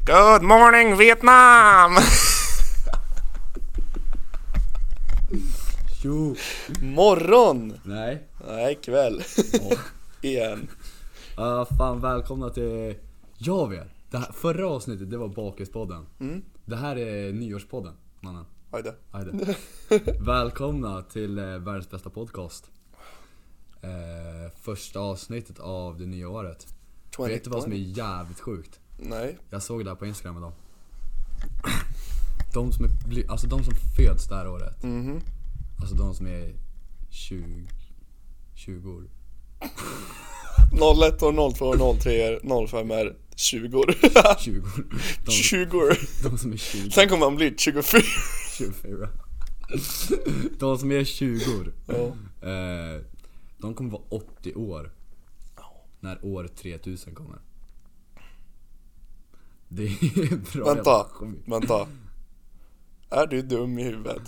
Good morning Vietnam! Jo. Morgon! Nej. Nej, kväll. Oh. Igen. Fan, välkomna till... Jag vet. Det här, förra avsnittet, det var Bakespodden. Det här är nyårspodden, mannen. Ajde. Välkomna till världens bästa podcast. Första avsnittet av det nya året. 2020. Vet du vad som är jävligt sjukt? Nej. Jag såg det här på Instagram idag. De som föds det här året. Alltså de som är 20 år. 01 år, 02 år, 03 år, 05 är 20 år. 20 år. 20 år. De som är 20. Tänk om man blir 24. 24. De som är 20 år. Ja. De kommer vara 80 år när år 3000 kommer. Det är bra. Vänta. Är du dum i huvudet?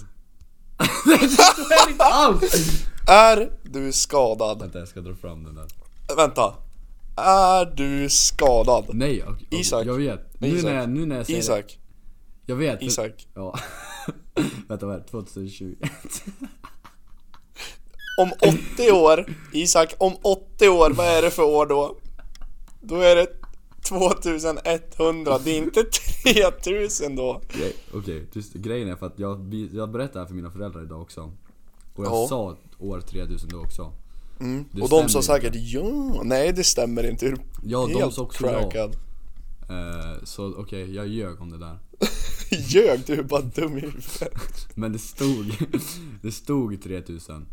Är du skadad? Vänta, jag ska dra fram den där. Vänta. Är du skadad? Nej, Isak. jag vet. Nu när jag säger Isak. det. Jag vet. Isak. Ja. Vänta, vad är det? 2020. Om 80 år, Isak, om 80 år, vad är det för år då? Då är det 2100, det är inte 3000 då. Okej, grejen är för att jag berättade det här för mina föräldrar idag också. Och jag sa år 3000 då också. Och de sa säkert, ja, nej det stämmer inte. Ja, de sa också crackad. Så okej, jag ljög om det där. Ljög, du är bara dum i huvudet. Men det stod 3000.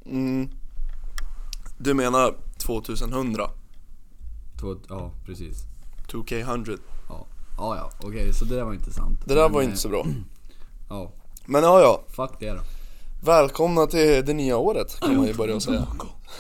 Du menar 2100? Ja, precis. 2K100. Ja, okej, så det där var inte sant. Det där var inte så bra. Ja. Men ja. Fuck det då. Välkomna till det nya året, kan man ju börja säga.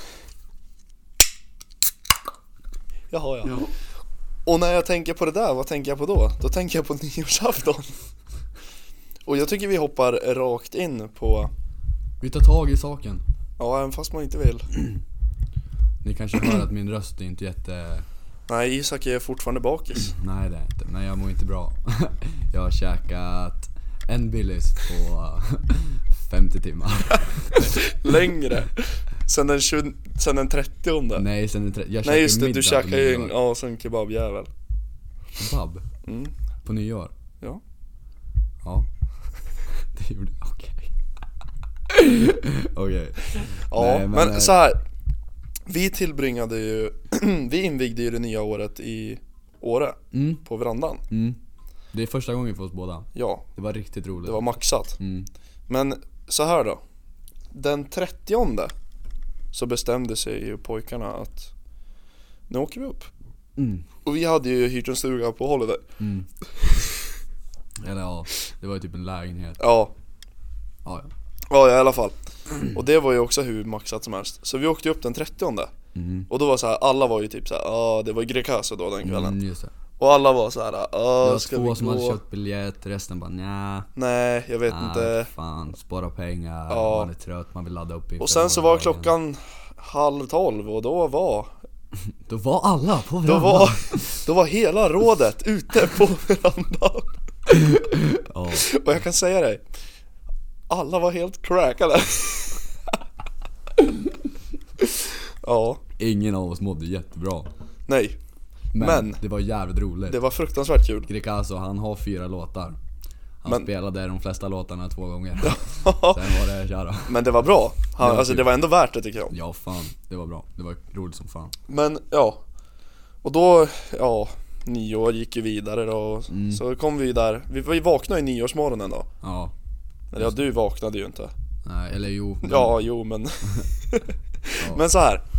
Jaha, ja. Och när jag tänker på det där, vad tänker jag på då? Då tänker jag på nyårsafton. Och jag tycker vi hoppar rakt in på... Vi tar tag i saken. Ja, även fast man inte vill. Ni kanske hör att min röst är inte jätte... Nej, Isak är fortfarande bakis. Nej, det är inte. Men jag mår inte bra. Jag har käkat en Billys på 50 timmar. Längre. Sen den 30:e. Nej, sen den 30. Nej, just det, du käkar ju en kebabjävel. Kebab? På nyår? Ja. Ja. Det gjorde jag, okej. Ja, nej, men så här. Vi tillbringade ju vi invigde ju det nya året i Åre på verandan. Det är första gången för oss båda. Ja. Det var riktigt roligt. Det var maxat. Men så här då. Den 30:e så bestämde sig ju pojkarna att nu åker vi upp. Och vi hade ju hyrt en stuga på Holiday. Eller ja, det var ju typ en lägenhet. Ja. Ja, i alla fall. Och det var ju också hur maxat som helst. Så vi åkte upp den 30:e. Och då var så här, alla var ju typ så här, det var Greekazo då den kvällen. Just det. Och alla var så här, det var ska två vi som gå? hade köpt biljett, resten bara nja. Nej, jag vet inte. Fan, spara pengar, man är trött, man vill ladda upp inför. Och sen så var klockan 11:30 och då var alla på verandan. Då var hela rådet ute på verandan. Och jag kan säga dig, alla var helt crackade. Ja. Ingen av oss mådde jättebra. Nej. Men det var jävligt roligt. Det var fruktansvärt kul. Greekazo, han har 4 låtar. Han spelade de flesta låtarna 2 gånger. Ja. Sen var det köra. Men det var bra. Det var ändå värt det, tycker jag. Ja, fan, det var bra. Det var roligt som fan. Men ja. Och då, nyår gick ju vidare då. Så kom vi där. Vi vaknade i nyårsmorgonen då. Ja. Eller ja, du vaknade ju inte. Nej, eller jo. Men men så här.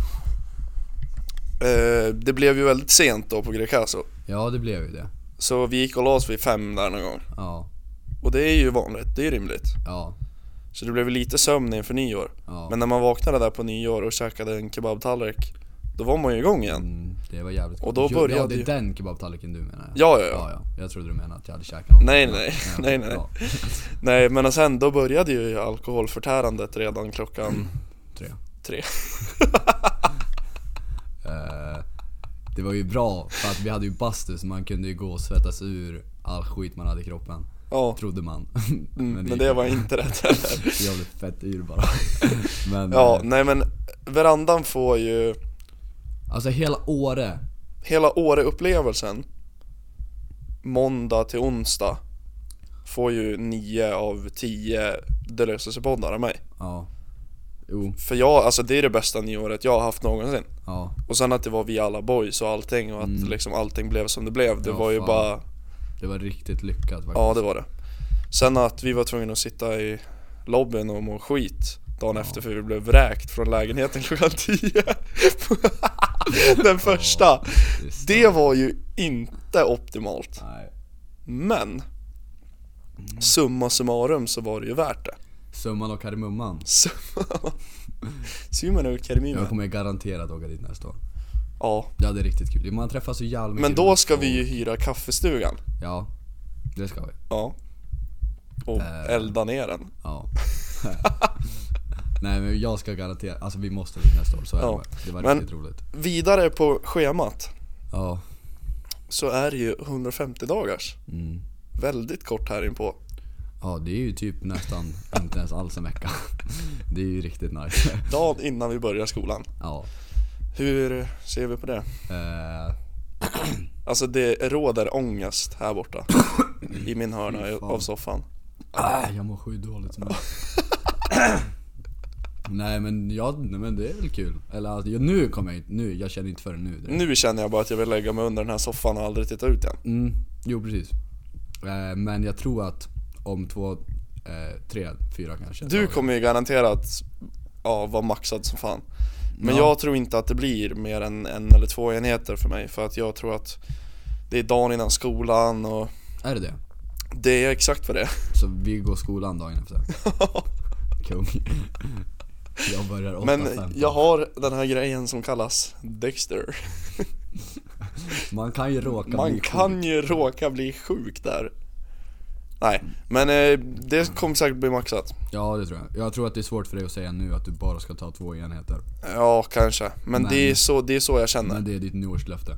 Det blev ju väldigt sent då på Greekazo. Ja, det blev ju det. Så vi gick och la oss vid 5 där någon gång. Ja. Och det är ju vanligt, det är rimligt. Ja. Så det blev lite sömn inför nyår. Men när man vaknade där på nyår och käkade en kebabtallrik, då var man ju igång igen. Det var jävligt. Och då började det är den kebabtallriken du menar? Ja. Jag trodde du menade att jag hade käkat något. Nej. Nej, men sen då började ju alkoholförtärandet redan klockan 3. Det var ju bra för att vi hade ju bastu, så man kunde ju gå och svettas ur all skit man hade i kroppen. Ja. Trodde man. Men det var inte rätt heller. Jag blev fett yr bara. Men, ja, nej men verandan får ju alltså hela Åre-upplevelsen måndag till onsdag får ju 9 av 10 Deluxe-poddar av mig. Ja. Jo. För jag, alltså det är det bästa nyåret jag har haft någonsin. Ja. Och sen att det var vi alla boys och allting, och att liksom allting blev som det blev. Det var ju bara... Det var riktigt lyckat faktiskt. Ja, det var det. Sen att vi var tvungna att sitta i lobbyn och må skit dagen efter, för vi blev vräkt från lägenheten klockan 10. Den första. Det var ju inte optimalt. Nej. Men summa summarum så var det ju värt det. Summan och kardemumman. Summan och kardemumman. Jag kommer garanterat åka dit nästa år. Ja. Ja, det är riktigt kul. Man träffas så jävla mycket. Men då ska vi ju hyra kaffestugan. Ja, det ska vi. Ja. Och elda ner den. Ja. Nej, men jag ska garantera. Alltså vi måste dit nästa år, så är det var riktigt roligt. Vidare på schemat. Ja. Så är det ju 150 dagars. Väldigt kort här inpå. Ja, det är ju typ nästan inte ens alls en vecka. Det är ju riktigt nice. Dagen innan vi börjar skolan. Ja. Hur ser vi på det? Alltså det råder ångest här borta. I min hörna av soffan. Jag mår sjukt dåligt som Nej men det är väl kul. Eller alltså, nu kommer jag känner inte för det nu. Nu känner jag bara att jag vill lägga mig under den här soffan och aldrig titta ut igen. Jo precis. Men jag tror att om 2, 3, 4 kanske. Du kommer ju garanterat vara maxad som fan. Men jag tror inte att det blir mer än 1 eller 2 enheter för mig. För att jag tror att det är dagen innan skolan och... Är det det? Det är exakt vad det är. Så vi går skolan dagen efter. Kung. Jag börjar 8:15. Men jag har den här grejen som kallas Dexter. Man kan ju råka bli sjuk där. Nej, men det kommer säkert bli maxat. Ja, det tror jag. Jag tror att det är svårt för dig att säga nu att du bara ska ta 2 enheter. Ja, kanske. Men det är så jag känner. Men det är ditt nyårslöfte.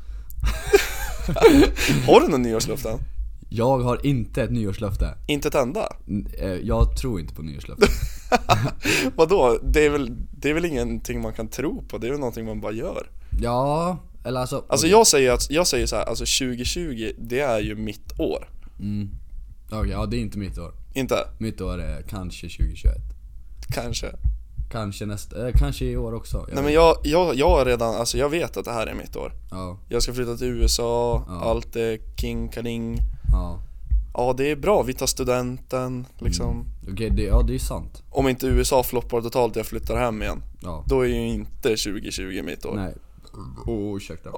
Har du någon nyårslöfte? Jag har inte ett nyårslöfte. Inte ett enda? Jag tror inte på nyårslöfte. Vadå? Det är väl ingenting man kan tro på. Det är väl någonting man bara gör. Ja, eller alltså jag säger så här, alltså 2020, det är ju mitt år. Okej, ja, det är inte mitt år. Inte? Mitt år är kanske 2021. Kanske kanske i år också. Nej, men jag har redan, alltså jag vet att det här är mitt år. Ja. Jag ska flytta till USA, allt är king kading. Ja. Ja, det är bra, vi tar studenten liksom. Okej, det är sant. Om inte USA floppar totalt, jag flyttar hem igen. Ja. Då är ju inte 2020 mitt år. Nej. Ursäkta.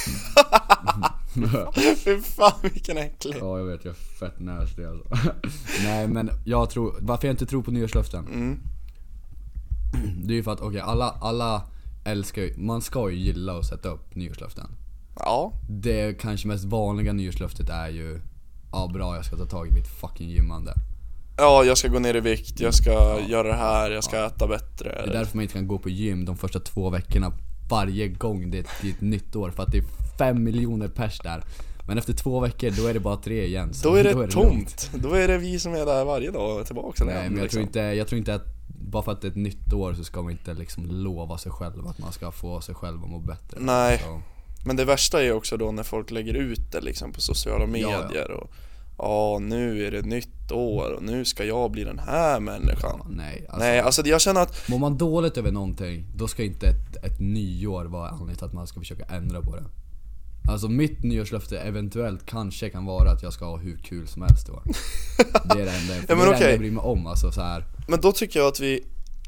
Fy fan, vilken äcklig. Ja, jag vet, jag är fett nasty alltså. Nej, men jag tror, varför jag inte tror på nyårslöften. Det är ju för att alla älskar ju, man ska ju gilla att sätta upp nyårslöften. Ja. Det kanske mest vanliga nyårslöftet är ju bra, jag ska ta tag i mitt fucking gymmande. Ja, jag ska gå ner i vikt, jag ska göra det här, jag ska äta bättre. Det är därför man inte kan gå på gym de första 2 veckorna varje gång det är ett nytt år. För att det är 5 miljoner pers där. Men efter 2 veckor, då är det bara 3 igen. Så då är det tomt. Då är det vi som är där varje dag tillbaka. Nej, men jag tror inte att bara för att det är ett nytt år så ska man inte liksom lova sig själv att man ska få sig själv att må bättre. Nej, så. Men det värsta är också då när folk lägger ut det liksom på sociala medier. Och nu är det nytt år och nu ska jag bli den här människan. Nej, alltså jag känner att mår man dåligt över någonting, då ska inte ett nyår vara anledning att man ska försöka ändra på det. Alltså mitt nyårslöfte eventuellt kanske kan vara att jag ska ha hur kul som helst då. Det är det enda, det enda jag bryr mig om, alltså så här. Men då tycker jag att vi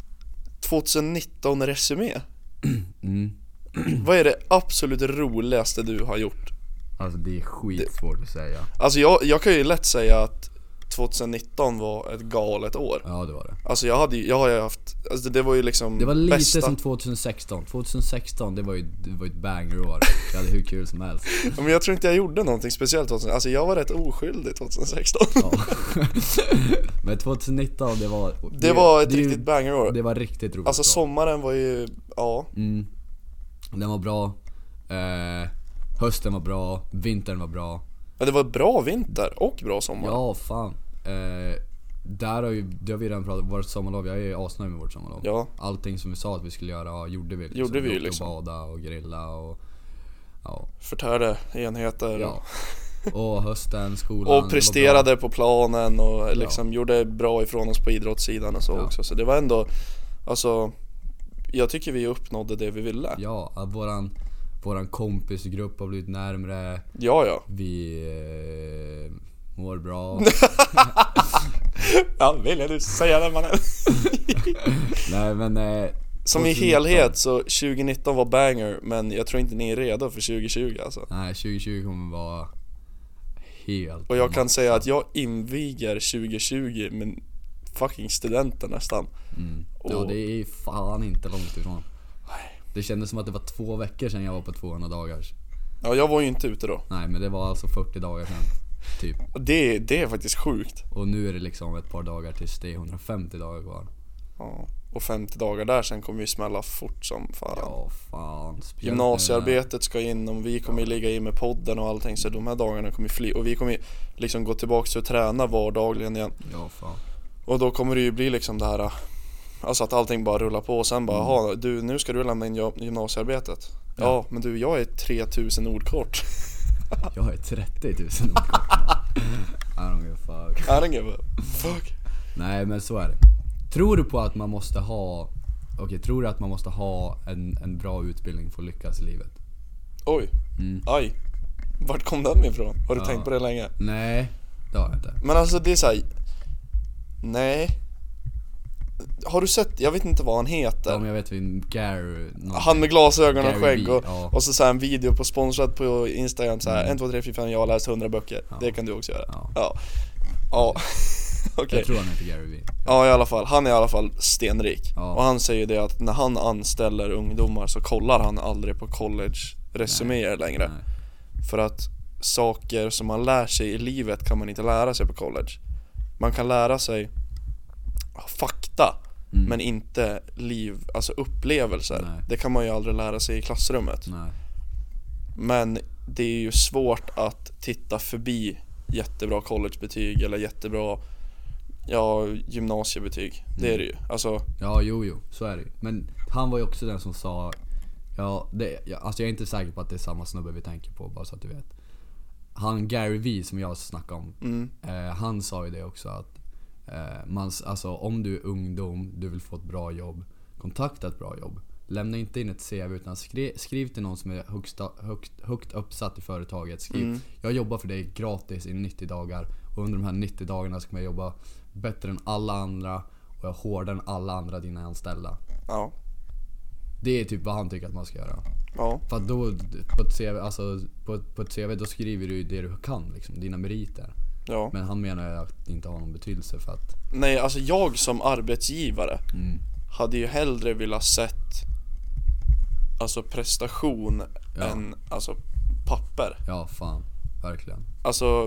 2019 resumé. Vad är det absolut roligaste du har gjort? Alltså det är skitsvårt att säga. Alltså jag kan ju lätt säga att 2019 var ett galet år. Ja, det var det. Alltså jag har ju haft, alltså det var ju liksom det var lite bästa. Som 2016 det var ju ett banger-år. Jag hade hur kul som helst. Men jag tror inte jag gjorde någonting speciellt 2016. Alltså jag var rätt oskyldig 2016. Ja. Men 2019 det var ett riktigt banger-år. Det var riktigt roligt. Alltså sommaren var ju, den var bra. Hösten var bra, vintern var bra. Ja, det var bra vinter och bra sommar. Ja, fan. Det har vi redan pratat om, vårt sommarlov. Jag är asnöjd med vårt sommarlov. Ja. Allting som vi sa att vi skulle göra gjorde vi. Gjorde vi liksom. Och bada och grilla och ja. Förtärde enheter. Ja. Och hösten, skolan. Och presterade på planen och liksom gjorde bra ifrån oss på idrottssidan och så också. Så det var ändå, alltså, jag tycker vi uppnådde det vi ville. Ja, våran kompisgrupp har blivit närmare. Ja. Vi mår bra. Ja, vill jag säga det, mannen. Nej, men som i helhet så 2019 var banger, men jag tror inte ni är redo för 2020 alltså. Nej, 2020 kommer vara helt. Och jag kan säga att jag inviger 2020 med fucking studenter nästan. Ja, det är fan inte långt ifrån. Det kändes som att det var 2 veckor sedan jag var på 200 dagars. Ja, jag var ju inte ute då. Nej, men det var alltså 40 dagar sedan typ. Det är faktiskt sjukt. Och nu är det liksom ett par dagar tills det är 150 dagar kvar. Ja, och 50 dagar där, sen kommer vi smälla fort som fan. Ja, fan. Gymnasiearbetet ska in och vi kommer ligga i med podden och allting. Så de här dagarna kommer fly. Och vi kommer liksom gå tillbaka till att träna vardagligen igen. Ja, fan. Och då kommer det ju bli liksom det här, alltså att allting bara rullar på. Och sen bara, jaha, du, nu ska du lämna in gymnasiearbetet. Ja, men du, jag är 3000 ord kort. Jag är 30 000 ord kort. I don't give a fuck. Nej, men så är det. Tror du på att man måste ha en bra utbildning för att lyckas i livet? Oj, aj. Vart kom den ifrån? Har du tänkt på det länge? Nej, det har jag inte. Men alltså det är så här, nej. Har du sett, jag vet inte vad han heter. Ja, men jag vet Gary. Han med glasögon och Gary skägg och så en video på sponsrat på Instagram så här 1, 2, 3, 4, 5, jag har läst 100 böcker. Det kan du också göra. Ja. Okay. Jag tror han heter Gary V. Ja, i alla fall. Han är i alla fall stenrik. Och han säger det att när han anställer ungdomar så kollar han aldrig på college-resuméer längre. Nej. För att saker som man lär sig i livet kan man inte lära sig på college. Man kan lära sig fakta, men inte alltså upplevelser. Nej. Det kan man ju aldrig lära sig i klassrummet. Nej. Men det är ju svårt att titta förbi jättebra collegebetyg eller jättebra gymnasiebetyg. Det är det ju. Alltså, ja, jo, så är det ju. Men han var ju också den som sa, alltså jag är inte säker på att det är samma snubbe vi tänker på, bara så att du vet. Han Gary V som jag snackade om, han sa ju det också att alltså om du är ungdom, du vill få ett bra jobb, kontakta ett bra jobb. Lämna inte in ett CV utan skriv till någon som är högt uppsatt i företaget. Skriv, jag jobbar för dig gratis i 90 dagar och under de här 90 dagarna ska jag jobba bättre än alla andra och jag hårdare än alla andra dina anställda. Ja. Det är typ vad han tycker att man ska göra. Ja. För att då på ett CV, alltså på ett CV då skriver du det du kan liksom, dina meriter. Ja. Men han menar att det inte har någon betydelse för att... Nej, alltså jag som arbetsgivare hade ju hellre velat sett alltså prestation än alltså papper. Ja, fan, verkligen. Alltså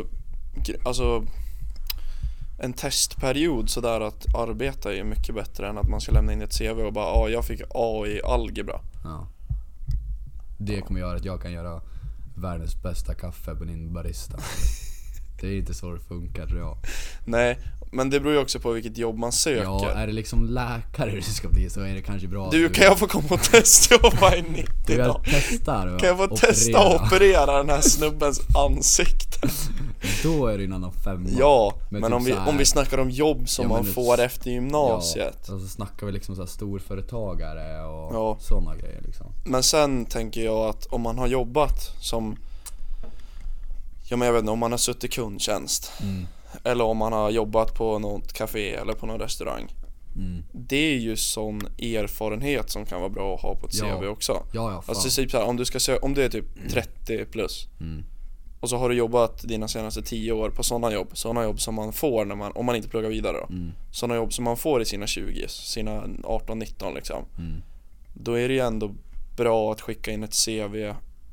en testperiod sådär att arbeta är mycket bättre än att man ska lämna in ett CV och bara jag fick A i algebra. Ja. Det kommer göra att jag kan göra världens bästa kaffe på din barista. Det är inte så det funkar, tror jag. Nej, men det beror ju också på vilket jobb man söker. Ja, är det liksom läkare du ska bli så är det kanske bra. Du, kan jag få komma och testjobba i 90 dagar? Kan jag få testa och operera den här snubbens ansikte? Då är det en annan femma. Ja, men typ om vi snackar om jobb som man får efter gymnasiet. Ja, så snackar vi liksom så här storföretagare och sådana grejer liksom. Men sen tänker jag att om man har jobbat som... Ja, men jag vet inte, om man har suttit kundtjänst eller om man har jobbat på något café eller på någon restaurang. Det är ju sån erfarenhet som kan vara bra att ha på ett CV också. Ja, alltså typ så här, om du är typ 30 plus och så har du jobbat dina senaste 10 år på såna jobb som man får när om man inte pluggar vidare då. Såna jobb som man får i sina 20, sina 18-19 liksom. Då är det ju ändå bra att skicka in ett CV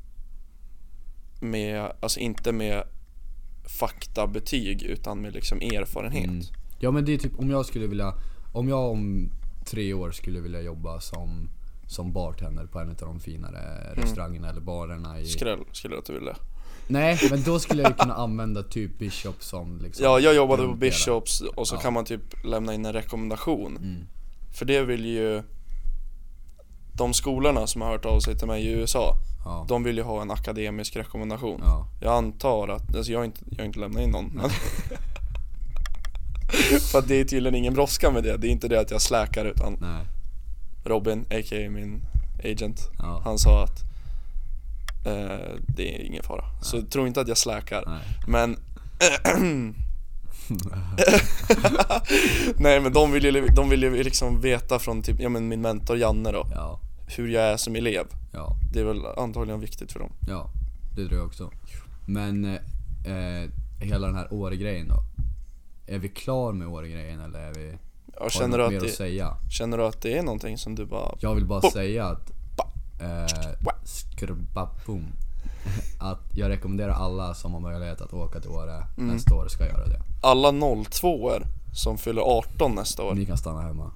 med, alltså inte med faktabetyg utan med liksom erfarenhet. Ja, men det är typ om jag om 3 år skulle vilja jobba som som bartender på en av de finare restaurangerna eller barerna i... Skräll att du ville. Nej, men då skulle jag ju kunna använda typ Bishop som liksom... Ja, jag jobbade på Bishops och så kan man typ lämna in en rekommendation. För det vill ju de skolorna som har hört av sig till mig i USA, de vill ju ha en akademisk rekommendation. Jag antar att, alltså jag har inte lämnat in någon, men för att det är tydligen ingen brådska med det. Det är inte det att jag släkar, utan Robin, a.k.a. min agent, han sa att det är ingen fara. Så jag tror inte att jag släkar. Men nej, men de vill ju liksom veta från typ, ja, men min mentor Janne då, hur jag är som elev. Det är väl antagligen viktigt för dem. Ja, det tror jag också. Men hela den här Åre-grejen då, är vi klar med Åre-grejen eller är vi... Känner du att säga? Känner du att det är någonting som du bara... Jag vill bara säga att skrubabum, att jag rekommenderar alla som har möjlighet att åka till Åre nästa år ska göra det. Alla 02-er som fyller 18 nästa år. Ni kan stanna hemma.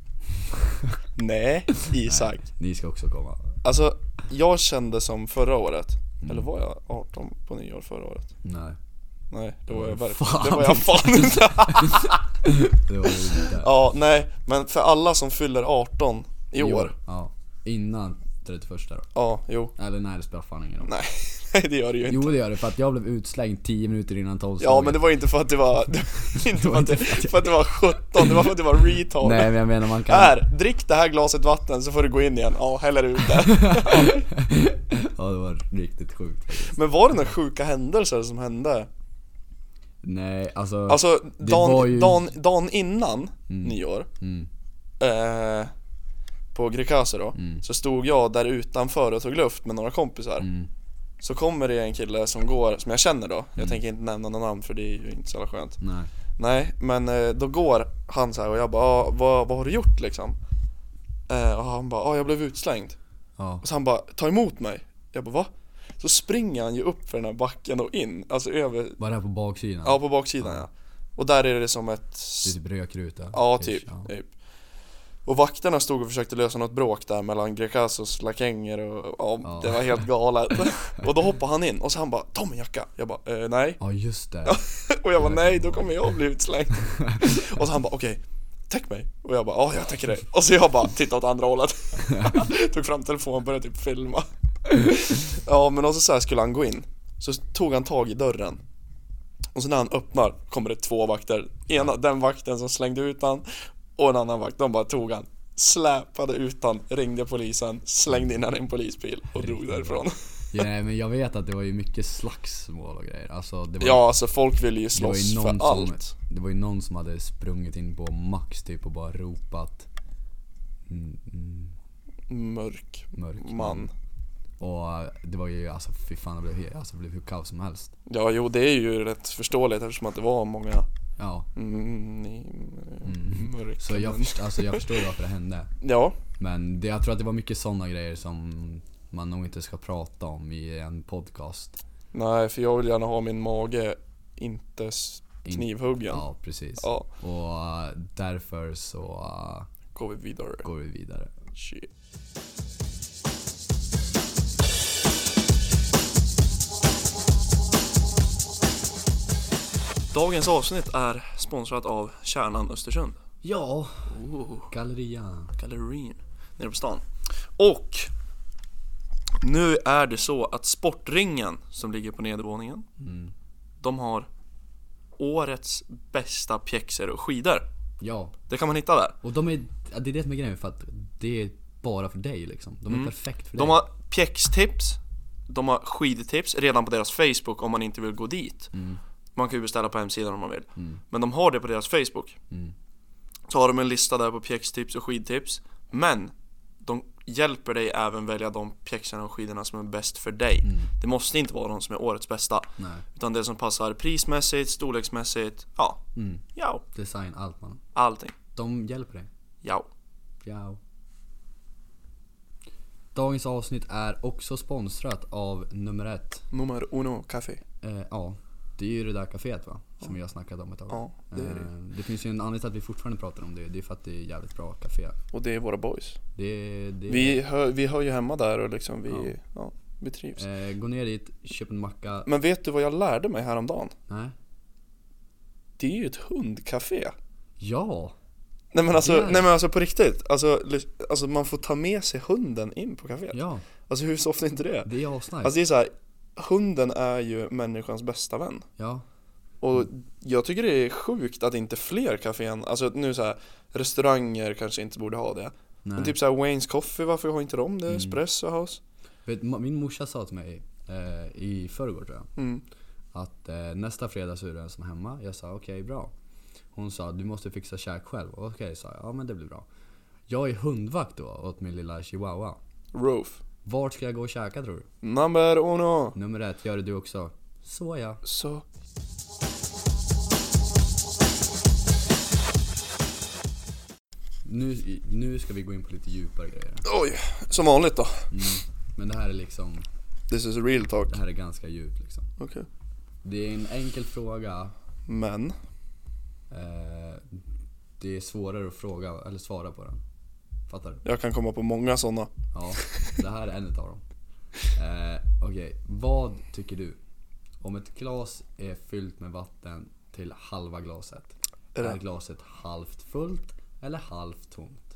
Nej, Isak. Nej, ni ska också komma. Alltså, jag kände som förra året. Eller var jag 18 på nyår förra året? Nej, det var jag verkligen. Det var jag fan inte. Det var inte. Ja, nej, men för alla som fyller 18 i år. Ja, innan 31 då. Ja, jo. Eller nej, det spelar fan ingen roll. Nej, det gör det ju inte. Jo, det gör det, för att jag blev utslängd 10 minuter innan 12. Ja, men det var inte för att det var inte för att det var 17, det var för att det var retard. Nej, men jag menar man kan... drick det här glaset vatten så får du gå in igen. Ja, häller ut det. Ja, det var riktigt sjukt faktiskt. Men var det några sjuka händelser som hände? Nej, alltså dagen innan nyår på Greekazo då, så stod jag där utanför och tog luft med några kompisar. Så kommer det en kille som jag känner då. Jag tänker inte nämna någon namn för det är ju inte så skönt. Nej, men då går han så här och jag bara, vad har du gjort liksom? Och han bara, jag blev utslängd. Och så han bara, ta emot mig. Jag bara, va? Så springer han ju upp för den här backen och in, alltså över... Var det här på baksidan? Ja, på baksidan, ja. Och där är det som ett... Det är typ rökruta. Ja, typ. Och vakterna stod och försökte lösa något bråk där mellan Greekazos lakänger och det var helt galet. Och då hoppade han in och så han bara, ta min jacka. Jag bara, nej. Ja, just det. Och jag bara, nej, då kommer jag bli utslängd. Och så han bara, okej, täck mig. Och jag bara, jag täcker dig. Och så jag bara tittade åt andra hållet. Tog fram telefonen och började typ filma. Ja, men också så här skulle han gå in. Så tog han tag i dörren. Och så när han öppnar kommer det 2 vakter. Den vakten som slängde ut han, och en annan vakt, de bara tog han, släpade ut han, ringde polisen, slängde in han i en polisbil och drog därifrån. Ja, men jag vet att det var ju mycket slagsmål och grejer. Alltså, det var, alltså folk ville ju slåss för allt. Det var ju någon som hade sprungit in på Max typ och bara ropat mörk man. Och det var ju, alltså fy fan, det blev hur kaos som helst. Ja, jo, det är ju rätt förståeligt eftersom att det var många. Så jag förstår ju varför det hände. Ja. Men jag tror att det var mycket sådana grejer som man nog inte ska prata om i en podcast. Nej, för jag vill gärna ha min mage inte knivhuggen. Ja, precis. Ja. Och därför så går vi vidare. Shit. Dagens avsnitt är sponsrat av Kärnan Östersund. Ja, Gallerin nere på stan. Och nu är det så att Sportringen som ligger på nedervåningen, de har årets bästa pjäxor och skidor. Ja. Det kan man hitta där. Och det är det som är grejen, för att det är bara för dig liksom. De är perfekt för dig. De har pjäxtips, de har skidtips redan på deras Facebook om man inte vill gå dit. Man kan ju beställa på hemsidan om man vill. Men de har det på deras Facebook. Så har de en lista där på pjäxtips och skidtips. Men de hjälper dig även välja de pjäxorna och skidorna som är bäst för dig. Det måste inte vara de som är årets bästa. Nej. Utan det som passar prismässigt, storleksmässigt. Ja. Design, allting. De hjälper dig. Ja. Dagens avsnitt är också sponsrat av nummer 1 Nummer 1 Café. Ja. Det är ju det där kaféet va? Som vi har snackat om ett tag. Ja, det finns ju en anledning till att vi fortfarande pratar om det. Det är för att det är jävligt bra café. Och det är våra boys. Det Vi hör ju hemma där och liksom vi trivs. Gå ner dit, köp en macka. Men vet du vad jag lärde mig häromdagen? Nej. Det är ju ett hundcafé. Ja. Nej men alltså på riktigt. Alltså man får ta med sig hunden in på kaféet. Ja. Alltså hur så ofta är inte det? Det är asnice. Alltså det är så här, hunden är ju människans bästa vän. Ja. Och jag tycker det är sjukt att inte fler kafén, alltså nu så här, restauranger kanske inte borde ha det. Nej. Men typ så här Wayne's Coffee, varför har inte de det? Espresso House. Min morsa sa till mig i förrgår tror jag att nästa fredag så är det en som är hemma. Jag sa okej, bra. Hon sa du måste fixa käk själv. Okej, sa jag, ja men det blir bra. Jag är hundvakt då åt min lilla chihuahua. Roof. Vart ska jag gå och käka tror du? Nummer 1, gör det du också. Så ja. Så. Nu ska vi gå in på lite djupare grejer. Oj, som vanligt då. Men det här är liksom, This is real talk. det här är ganska djupt liksom. Okej. Det är en enkel fråga. Men det är svårare att fråga eller svara på den. Fattar du? jag kan komma på många sådana. Ja, det här är en utav dem. Okej, vad tycker du? Om ett glas är fyllt med vatten till halva glaset, är glaset halvt fullt eller halvt tomt?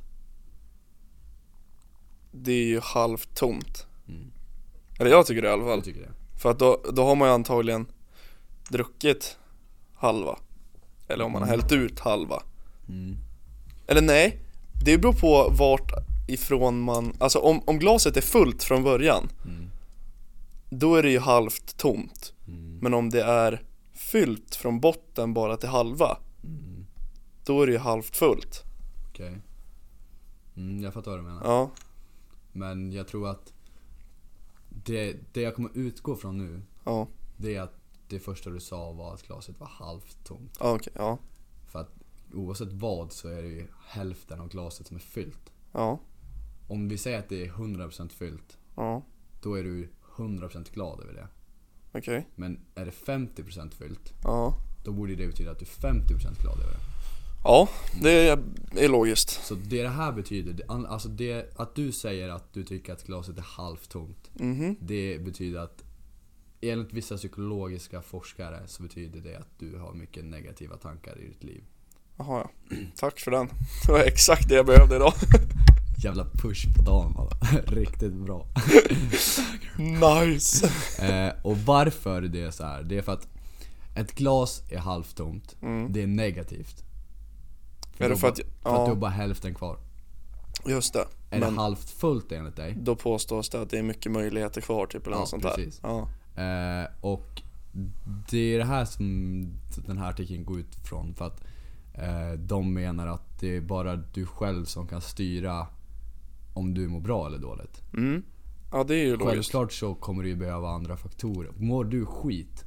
Det är ju halvt tomt. Eller jag tycker det i alla fall. Jag tycker det. För att då har man ju antagligen druckit halva. Eller om man har hällt ut halva. Eller nej, det beror på vart ifrån man. Alltså om glaset är fullt från början, då är det ju halvt tomt. Men om det är fyllt från botten bara till halva, då är det ju halvt fullt. Okej. Jag fattar vad du menar. Ja. Men jag tror att det jag kommer utgå från nu, det är att det första du sa var att glaset var halvt tomt. Okej, ja. För att oavsett vad så är det ju hälften av glaset som är fyllt. Ja. Om vi säger att det är 100% fyllt, då är du 100% glad över det. Okej. Men är det 50% fyllt, då borde det betyda att du är 50% glad över det. Ja, det är logiskt. Så det här betyder, alltså det, att du säger att du tycker att glaset är halvtomt, det betyder att enligt vissa psykologiska forskare så betyder det att du har mycket negativa tankar i ditt liv. Jaha, ja. Tack för den. Det var exakt det jag behövde idag. Jävla push på dagen, riktigt bra. Nice. Och varför det är så här, det är för att ett glas är halvtomt. Det är negativt. För att du har bara hälften kvar. Just det. Är det halvt fullt enligt dig? Då påstås det att det är mycket möjligheter kvar typ, eller något sånt precis. där. Ja. Och det är det här som den här artikeln går ut från. För att de menar att det är bara du själv som kan styra om du mår bra eller dåligt. Ja, det är ju logiskt. Självklart så kommer du ju behöva andra faktorer. Mår du skit?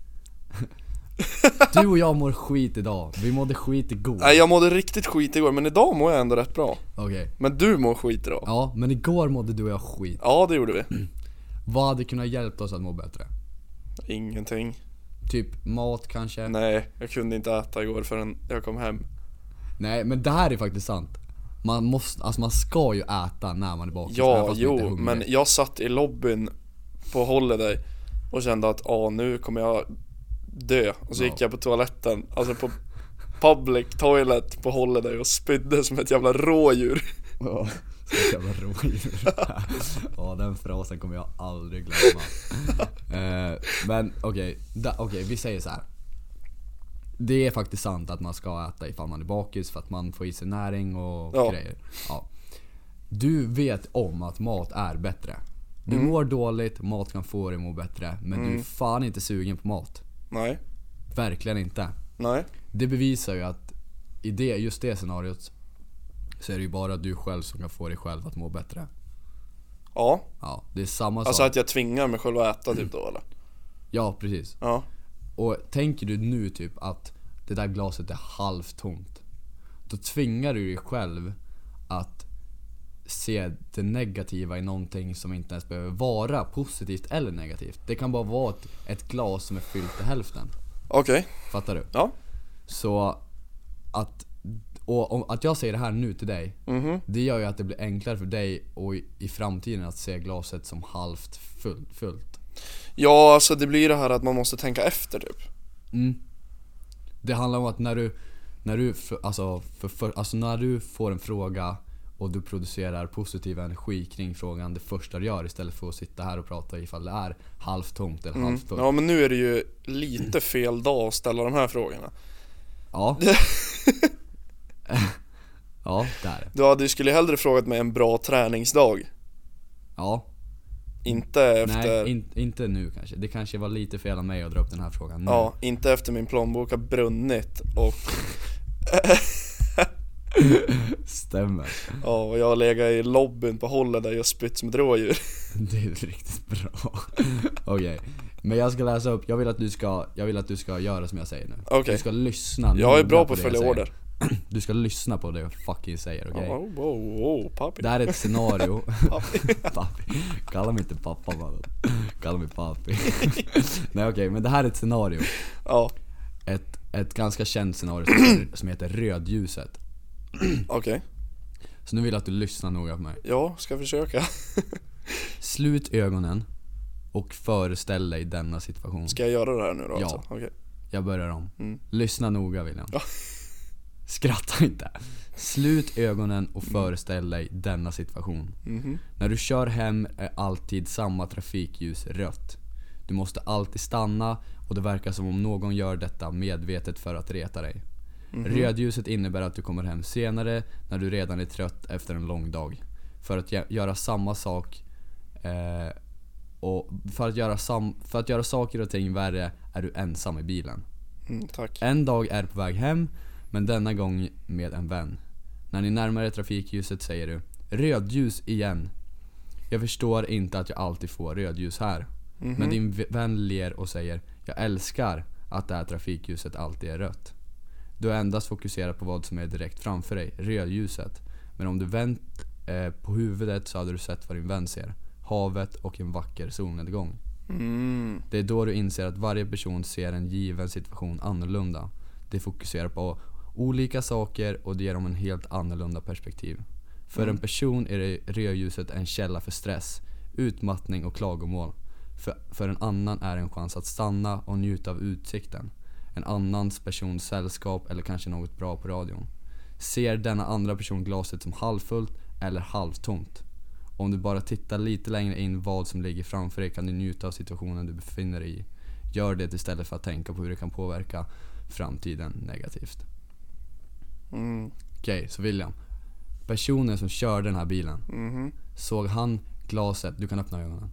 Du och jag mår skit idag. Vi mådde skit igår. Nej, jag mådde riktigt skit igår, men idag mår jag ändå rätt bra. Okej. Men du mår skit idag. Ja, men igår mådde du och jag skit. Ja, det gjorde vi. Vad hade kunnat hjälpa oss att må bättre? Ingenting. Typ mat kanske? Nej, jag kunde inte äta igår förrän jag kom hem. Nej, men det här är faktiskt sant. Man ska ju äta när man är bakis. Ja, jo, men jag satt i lobbyn på Holiday och kände att nu kommer jag dö. Och så gick jag på toaletten, alltså på public toilet på Holiday, och spydde som ett jävla rådjur. Ja, som ett jävla rådjur. Ja, den frasen kommer jag aldrig glömma. Men okej, vi säger så här. Det är faktiskt sant att man ska äta ifall man är bakis, för att man får i sig näring och grejer. Ja. Du vet om att mat är bättre. Du mår dåligt, mat kan få dig att må bättre. Men du är fan inte sugen på mat. Nej. Verkligen inte. Nej. Det bevisar ju att i just det scenariot så är det ju bara du själv som kan få dig själv att må bättre. Ja. Ja, det är samma sak. Alltså att jag tvingar mig själv att äta typ då, eller? Ja, precis. Ja. Och tänker du nu typ att det där glaset är halvtomt, då tvingar du dig själv att se det negativa i någonting som inte ens behöver vara positivt eller negativt. Det kan bara vara ett glas som är fyllt till hälften. Okej. Fattar du? Ja. Så att jag säger det här nu till dig, det gör ju att det blir enklare för dig och i framtiden att se glaset som halvt fullt. Ja, alltså det blir det här att man måste tänka efter typ. Det handlar om att när du får en fråga och du producerar positiv energi kring frågan, det första du gör istället för att sitta här och prata ifall det är halvtomt eller halvfullt. Ja, men nu är det ju lite fel dag att ställa de här frågorna. Ja. Ja, där. Du skulle hellre frågat mig en bra träningsdag. Ja. Inte efter... Nej, inte nu kanske. Det kanske var lite fel av mig att dra upp den här frågan nu. Ja, inte efter min plånbok har brunnit och... Stämmer. Ja, och jag har legat i lobbyn på hållet där jag spytt som ett rådjur. Det är riktigt bra. Okej. Men jag ska läsa upp. Jag vill att du ska göra som jag säger nu. Okej. Du ska lyssna. Jag är bra på att följa order. Du ska lyssna på det jag fucking säger, okej? Wow, pappi. Det här är ett scenario. Pappi. Kalla mig inte pappa, man. Kalla mig pappi. Nej, okej, men det här är ett scenario. Ja. Ett ganska känt scenario som heter rödljuset. Okej. Så nu vill jag att du lyssnar noga på mig. Ja, ska försöka. Slut ögonen och föreställ dig denna situation. Ska jag göra det här nu då? Ja. Alltså? Okej. Jag börjar om. Lyssna noga, William. Ja. Skratta inte. Slut ögonen och föreställ dig denna situation. När du kör hem är alltid samma trafikljus rött. Du måste alltid stanna och det verkar som om någon gör detta medvetet för att reta dig. Rödljuset innebär att du kommer hem senare när du redan är trött efter en lång dag. För att göra samma sak och för att göra saker och ting värre är du ensam i bilen. Tack. En dag är du på väg hem, men denna gång med en vän. När ni närmar er trafikljuset säger du: rödljus igen. Jag förstår inte att jag alltid får rödljus här. Men din vän ler och säger: jag älskar att det här trafikljuset alltid är rött. Du har endast fokuserat på vad som är direkt framför dig, rödljuset. Men om du vänt på huvudet så hade du sett vad din vän ser: havet och en vacker solnedgång. Det är då du inser att varje person ser en given situation annorlunda. Det fokuserar på olika saker och det ger dem en helt annorlunda perspektiv. För en person är rödljuset en källa för stress, utmattning och klagomål. För en annan är en chans att stanna och njuta av utsikten. En annans persons sällskap eller kanske något bra på radion. Ser denna andra person glaset som halvfullt eller halvtomt? Om du bara tittar lite längre in vad som ligger framför dig kan du njuta av situationen du befinner dig i. Gör det istället för att tänka på hur det kan påverka framtiden negativt. Okej, så William, personen som kör den här bilen, såg han glaset? Du kan öppna ögonen.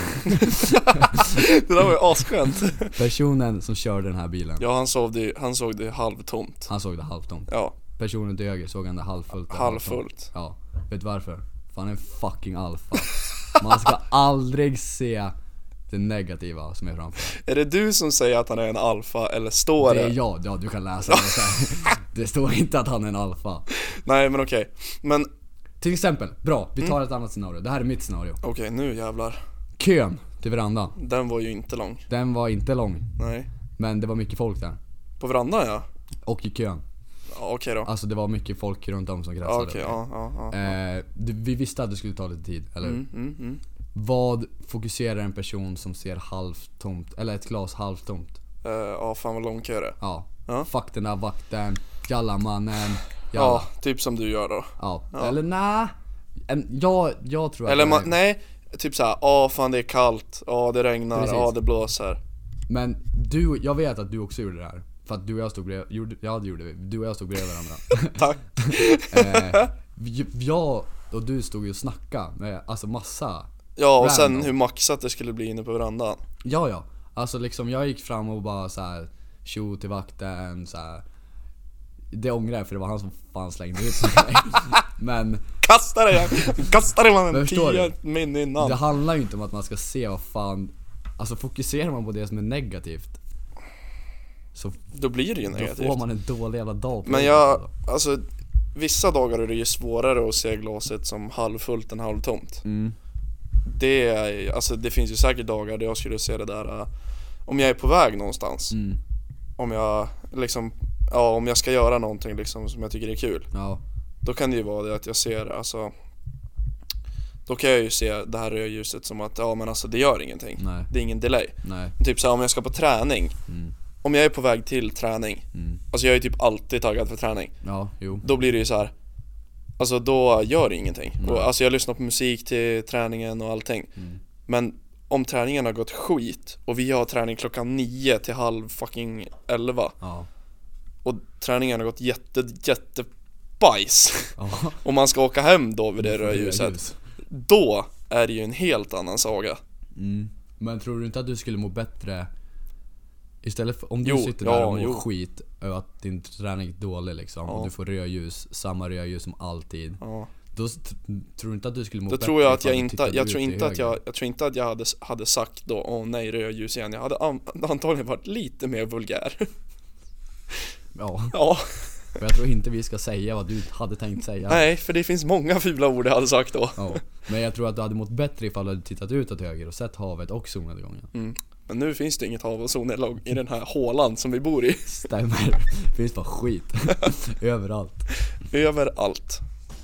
Det där var ju asskönt. Personen som körde den här bilen. Ja, han såg det halvtomt. Han såg det halvtomt. Ja. Personen till höger såg han det halvfullt. Halvfullt. Ja, vet du varför? För han är en fucking alfa. Man ska aldrig se det negativa som är framför. Är det du som säger att han är en alfa eller står det? Det är jag, ja, du kan läsa det så här. Det står inte att han är en alfa. Nej, men okej. Men till exempel, bra, vi tar ett annat scenario. Det här är mitt scenario. Okej, nu jävlar. Kön till verandan. Den var ju inte lång. Den var inte lång. Nej. Men det var mycket folk där. På verandan, ja. Och i kön. Ja, okej då. Alltså det var mycket folk runt om som kretsade. Okej, ja. Vi visste att det skulle ta lite tid, eller hur? Vad fokuserar en person som ser halvtomt, eller ett glas halvtomt? Ja, fan vad lång kö det. Ja. Fuck den där vakten, jalla mannen. Ja, typ som du gör då. Ja. Eller nej. Jag tror att eller nej, typ såhär, fan det är kallt, det regnar, precis. Det blåser. Men jag vet att du också gjorde det här. För att du och jag stod bredvid, du och jag stod bredvid varandra. Tack. Jag och du stod ju och snackade med alltså massa. Ja, och sen hur maxat det skulle bli inne på verandan. Ja. Alltså liksom jag gick fram och bara så här tjo till vakten så här. Det ångrar jag för det var han som fan slängde ut mig. Men kasta det man 10 min innan. Det handlar ju inte om att man ska se vad fan. Alltså fokuserar man på det som är negativt så då blir det ju negativt. Då får man en dålig jävla dag på. Men alltså vissa dagar är det ju svårare att se glaset som halvfullt än halvtomt. Det finns ju säkert dagar där jag skulle se det där om jag är på väg någonstans. Om jag liksom, om jag ska göra någonting liksom som jag tycker är kul. Då kan det ju vara det att jag ser, alltså, då kan jag ju se det här rödljuset som att men alltså det gör ingenting. Nej. Det är ingen delay. Nej. Typ så här, om jag ska på träning, om jag är på väg till träning, alltså jag är typ alltid taggad för träning. Då blir det ju så här, alltså då gör det ingenting. Och, alltså jag lyssnar på musik till träningen och allting. Men om träningen har gått skit och vi har träning klockan 9 till halv fucking 11, och träningen har gått jätte bajs, och man ska åka hem då vid det rödljuset, då är det ju en helt annan saga. Men tror du inte att du skulle må bättre istället för, om du sitter där och mår skit över att din träning är dålig liksom, och du får rödljus, samma rödljus som alltid, då tror du inte att du skulle må bättre? Tror jag att jag tror inte att jag hade sagt då, nej, rödljus igen. Jag hade antagligen varit lite mer vulgär. Ja. För jag tror inte vi ska säga vad du hade tänkt säga. Nej, för det finns många fula ord jag hade sagt då. Men jag tror att du hade mått bättre ifall du hade tittat utåt höger och sett havet och solnedgången. Men nu finns det inget hav och solnedgång i den här hålan som vi bor i. Stämmer, det finns bara skit överallt. Överallt.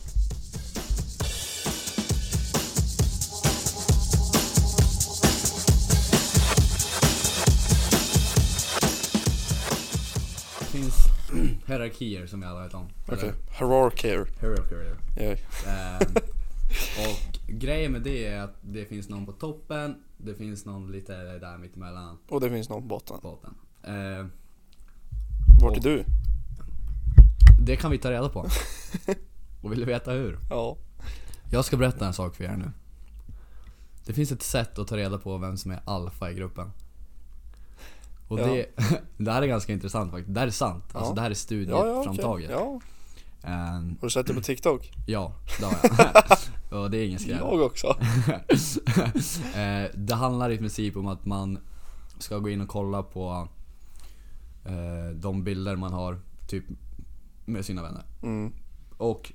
Hierarkier som jag alla vet om. Okej, hierarkier. Och grejen med det är att det finns någon på toppen, det finns någon lite där mittemellan, och det finns någon på botten. Vart är du? Det kan vi ta reda på. Och vill du veta hur? Ja. Jag ska berätta en sak för er nu. Det finns ett sätt att ta reda på vem som är alfa i gruppen. Och det här är ganska intressant faktiskt. Det här är sant. Alltså det här är studieframtaget. Har du sett det på TikTok? Ja, det har jag. Och det är ingen skräll. Jag också. Det handlar i princip om att man ska gå in och kolla på de bilder man har typ med sina vänner. Och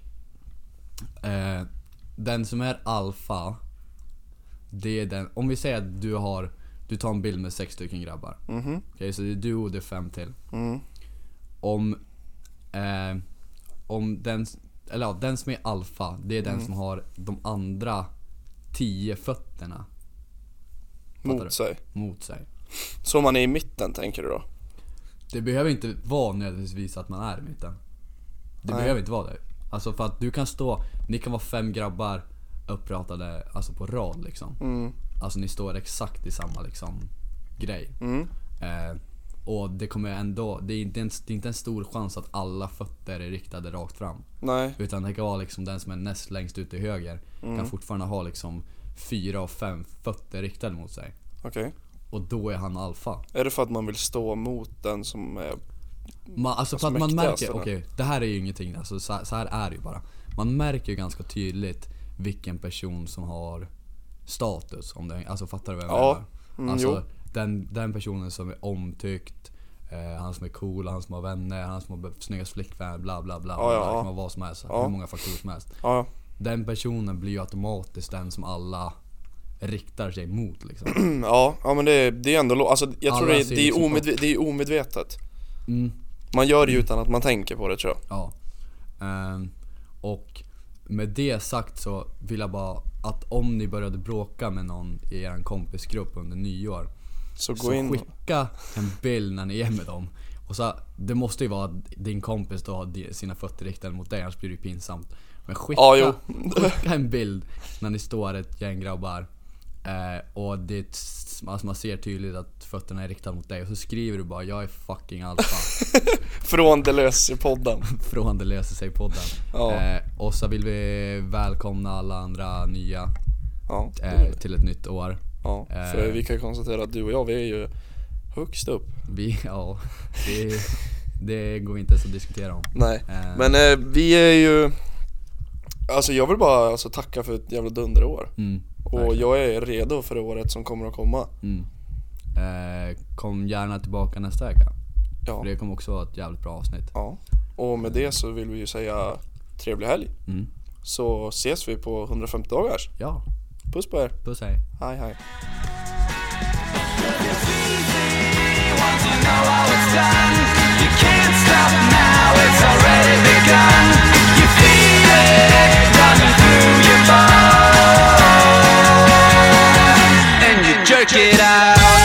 den som är alfa, det är den, om vi säger att du tar en bild med 6 stycken grabbar. Okej, så det är du och det är 5 till. Om den som är alfa, det är den som har de andra 10 fötterna mot sig. Så man är i mitten, tänker du då? Det behöver inte vara nödvändigtvis att man är i mitten. Det behöver inte vara det. Alltså för att du kan stå, ni kan vara 5 grabbar uppratade, alltså på rad liksom. Alltså ni står exakt i samma liksom grej. Och det kommer ändå, det är inte en stor chans att alla fötter är riktade rakt fram. Nej. Utan det kan vara liksom den som är näst längst ut till höger kan fortfarande ha liksom 4 och 5 fötter riktade mot sig. Okej. Och då är han alfa. Är det för att man vill stå mot den som är alltså för att man märker, det här är ju ingenting, alltså så här är det ju bara. Man märker ju ganska tydligt vilken person som har status, om det, alltså fattar du vad jag menar? Alltså den personen som är omtyckt, han som är cool, han som har vänner, han som har snyggast flickvän, bla bla bla, det kan vara vad som helst, hur många faktorer som helst. Den personen blir ju automatiskt den som alla riktar sig mot liksom. Ja, men det är ändå, alltså jag tror det är omedvetet. Man gör det utan att man tänker på det, tror jag. Och med det sagt så vill jag bara att om ni började bråka med någon i er kompisgrupp under nyår, så gå in, skicka en bild när ni är med dem. Och så, det måste ju vara att din kompis då har sina fötter riktade mot dig, annars blir det pinsamt. Men skicka en bild när ni står ett gäng grabbar, och det, alltså man ser tydligt att fötterna är riktade mot dig, och så skriver du bara: jag är fucking alfa. Från det löser sig podden. Från det löser sig podden. Och så vill vi välkomna alla andra nya till ett nytt år. För vi kan konstatera att du och jag, vi är ju högst upp. Det går inte ens att diskutera om. Nej, men vi är ju, alltså jag vill bara tacka för ett jävla dunderår. Och jag är redo för året som kommer att komma. Kom gärna tillbaka nästa vecka. Ja. För det kommer också vara ett jävligt bra avsnitt. Och med det så vill vi ju säga trevlig helg. Så ses vi på 150 dagars. Ja. Puss på er. Puss, hej. Hej, hej. Once you know how it's done, you can't stop now, it's already begun. You feel it running through your bones, and you jerk it out.